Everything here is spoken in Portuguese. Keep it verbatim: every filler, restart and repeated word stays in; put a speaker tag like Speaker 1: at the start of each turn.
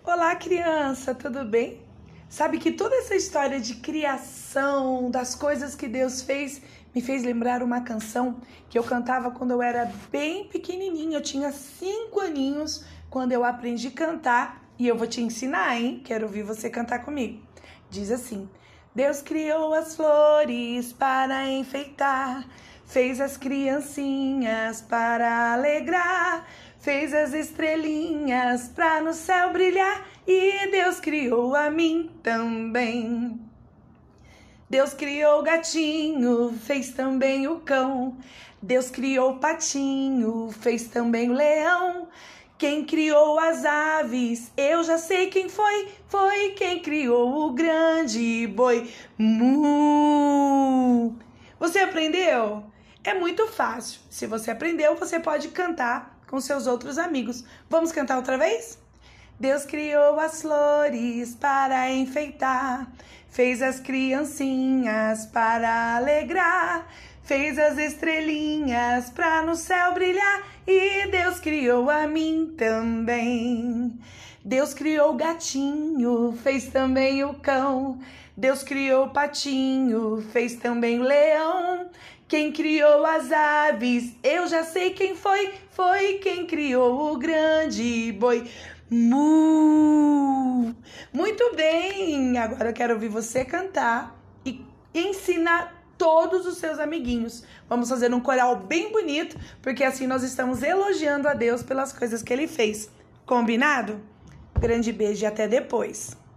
Speaker 1: Olá, criança, tudo bem? Sabe que toda essa história de criação, das coisas que Deus fez, me fez lembrar uma canção que eu cantava quando eu era bem pequenininha. Eu tinha cinco aninhos quando eu aprendi a cantar e eu vou te ensinar, hein? Quero ouvir você cantar comigo. Diz assim: Deus criou as flores para enfeitar, fez as criancinhas para alegrar, fez as estrelinhas pra no céu brilhar, e Deus criou a mim também. Deus criou o gatinho, fez também o cão. Deus criou o patinho, fez também o leão. Quem criou as aves, eu já sei quem foi. Foi quem criou o grande boi. Mu! Você aprendeu? É muito fácil. Se você aprendeu, você pode cantar com seus outros amigos. Vamos cantar outra vez? Deus criou as flores para enfeitar, fez as criancinhas para alegrar, fez as estrelinhas para no céu brilhar, e Deus criou a mim também. Deus criou o gatinho, fez também o cão. Deus criou o patinho, fez também o leão. Quem criou as aves, eu já sei quem foi. Foi quem criou o grande boi. Mu! Muito bem! Agora eu quero ouvir você cantar e ensinar todos os seus amiguinhos. Vamos fazer um coral bem bonito, porque assim nós estamos elogiando a Deus pelas coisas que Ele fez. Combinado? Grande beijo e até depois!